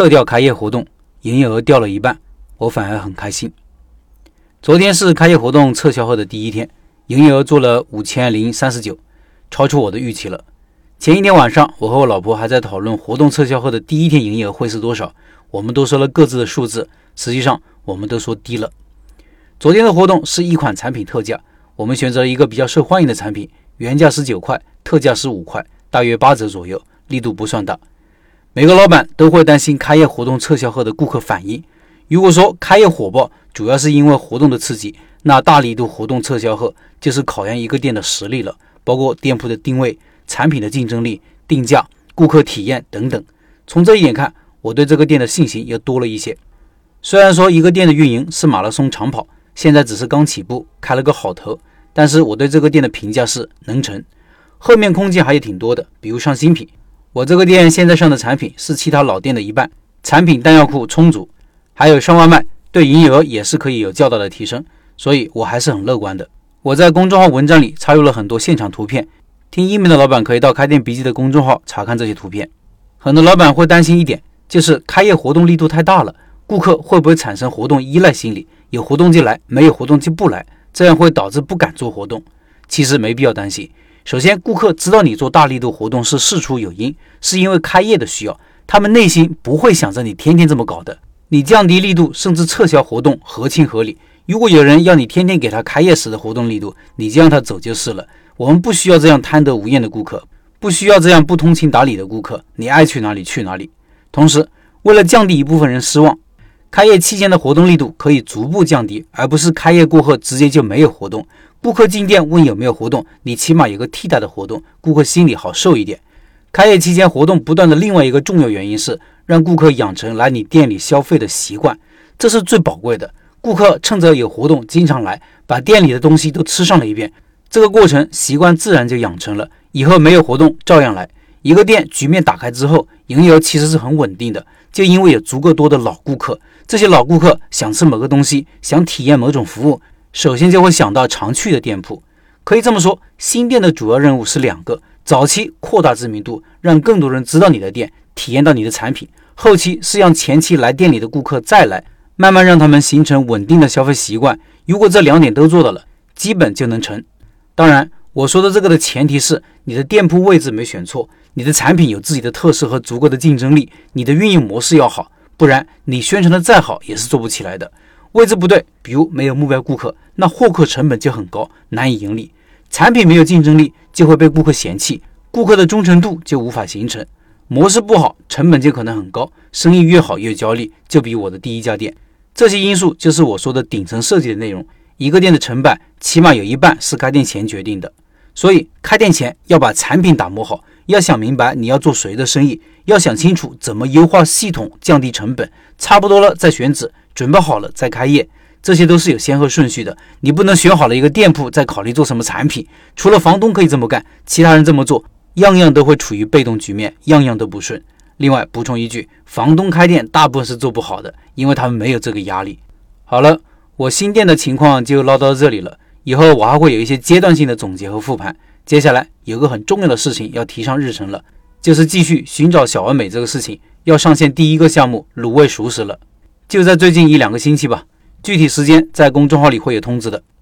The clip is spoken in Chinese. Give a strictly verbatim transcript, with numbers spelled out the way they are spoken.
撤掉开业活动，营业额掉了一半，我反而很开心。昨天是开业活动撤销后的第一天，营业额做了五千零三十九，超出我的预期了。前一天晚上，我和我老婆还在讨论活动撤销后的第一天营业额会是多少，我们都说了各自的数字，实际上我们都说低了。昨天的活动是一款产品特价，我们选择了一个比较受欢迎的产品，原价十九块，特价十五块，大约八折左右，力度不算大。每个老板都会担心开业活动撤销后的顾客反应。如果说开业火爆主要是因为活动的刺激，那大力度活动撤销后就是考验一个店的实力了，包括店铺的定位、产品的竞争力、定价、顾客体验等等。从这一点看，我对这个店的信心又多了一些。虽然说一个店的运营是马拉松长跑，现在只是刚起步，开了个好头，但是我对这个店的评价是能成，后面空间还有挺多的。比如上新品，我这个店现在上的产品是其他老店的一半，产品弹药库充足，还有上外卖，对营业额也是可以有较大的提升，所以我还是很乐观的。我在公众号文章里插入了很多现场图片，听音频的老板可以到开店笔记的公众号查看这些图片。很多老板会担心一点，就是开业活动力度太大了，顾客会不会产生活动依赖心理，有活动就来，没有活动就不来，这样会导致不敢做活动。其实没必要担心。首先，顾客知道你做大力度活动是事出有因，是因为开业的需要，他们内心不会想着你天天这么搞的。你降低力度甚至撤销活动合情合理。如果有人要你天天给他开业时的活动力度，你就让他走就是了。我们不需要这样贪得无厌的顾客，不需要这样不通情达理的顾客，你爱去哪里去哪里。同时，为了降低一部分人失望，开业期间的活动力度可以逐步降低，而不是开业过后直接就没有活动。顾客进店问有没有活动，你起码有个替代的活动，顾客心里好受一点。开业期间活动不断的另外一个重要原因是让顾客养成来你店里消费的习惯，这是最宝贵的。顾客趁着有活动经常来，把店里的东西都吃上了一遍，这个过程习惯自然就养成了，以后没有活动照样来。一个店局面打开之后，营业额其实是很稳定的，就因为有足够多的老顾客，这些老顾客想吃某个东西，想体验某种服务，首先就会想到常去的店铺。可以这么说，新店的主要任务是两个，早期扩大知名度，让更多人知道你的店，体验到你的产品；后期是让前期来店里的顾客再来，慢慢让他们形成稳定的消费习惯。如果这两点都做到了，基本就能成。当然，我说的这个的前提是你的店铺位置没选错，你的产品有自己的特色和足够的竞争力，你的运营模式要好，不然你宣传的再好也是做不起来的。位置不对，比如没有目标顾客，那获客成本就很高，难以盈利；产品没有竞争力，就会被顾客嫌弃，顾客的忠诚度就无法形成；模式不好，成本就可能很高，生意越好越焦虑，就比我的第一家店。这些因素就是我说的顶层设计的内容。一个店的成败起码有一半是开店前决定的，所以开店前要把产品打磨好，要想明白你要做谁的生意，要想清楚怎么优化系统，降低成本，差不多了再选址，准备好了再开业，这些都是有先后顺序的。你不能选好了一个店铺再考虑做什么产品，除了房东可以这么干，其他人这么做，样样都会处于被动局面，样样都不顺。另外补充一句，房东开店大部分是做不好的，因为他们没有这个压力。好了，我新店的情况就唠到这里了，以后我还会有一些阶段性的总结和复盘。接下来有个很重要的事情要提上日程了，就是继续寻找小而美这个事情，要上线第一个项目卤味熟食了，就在最近一两个星期吧，具体时间在公众号里会有通知的。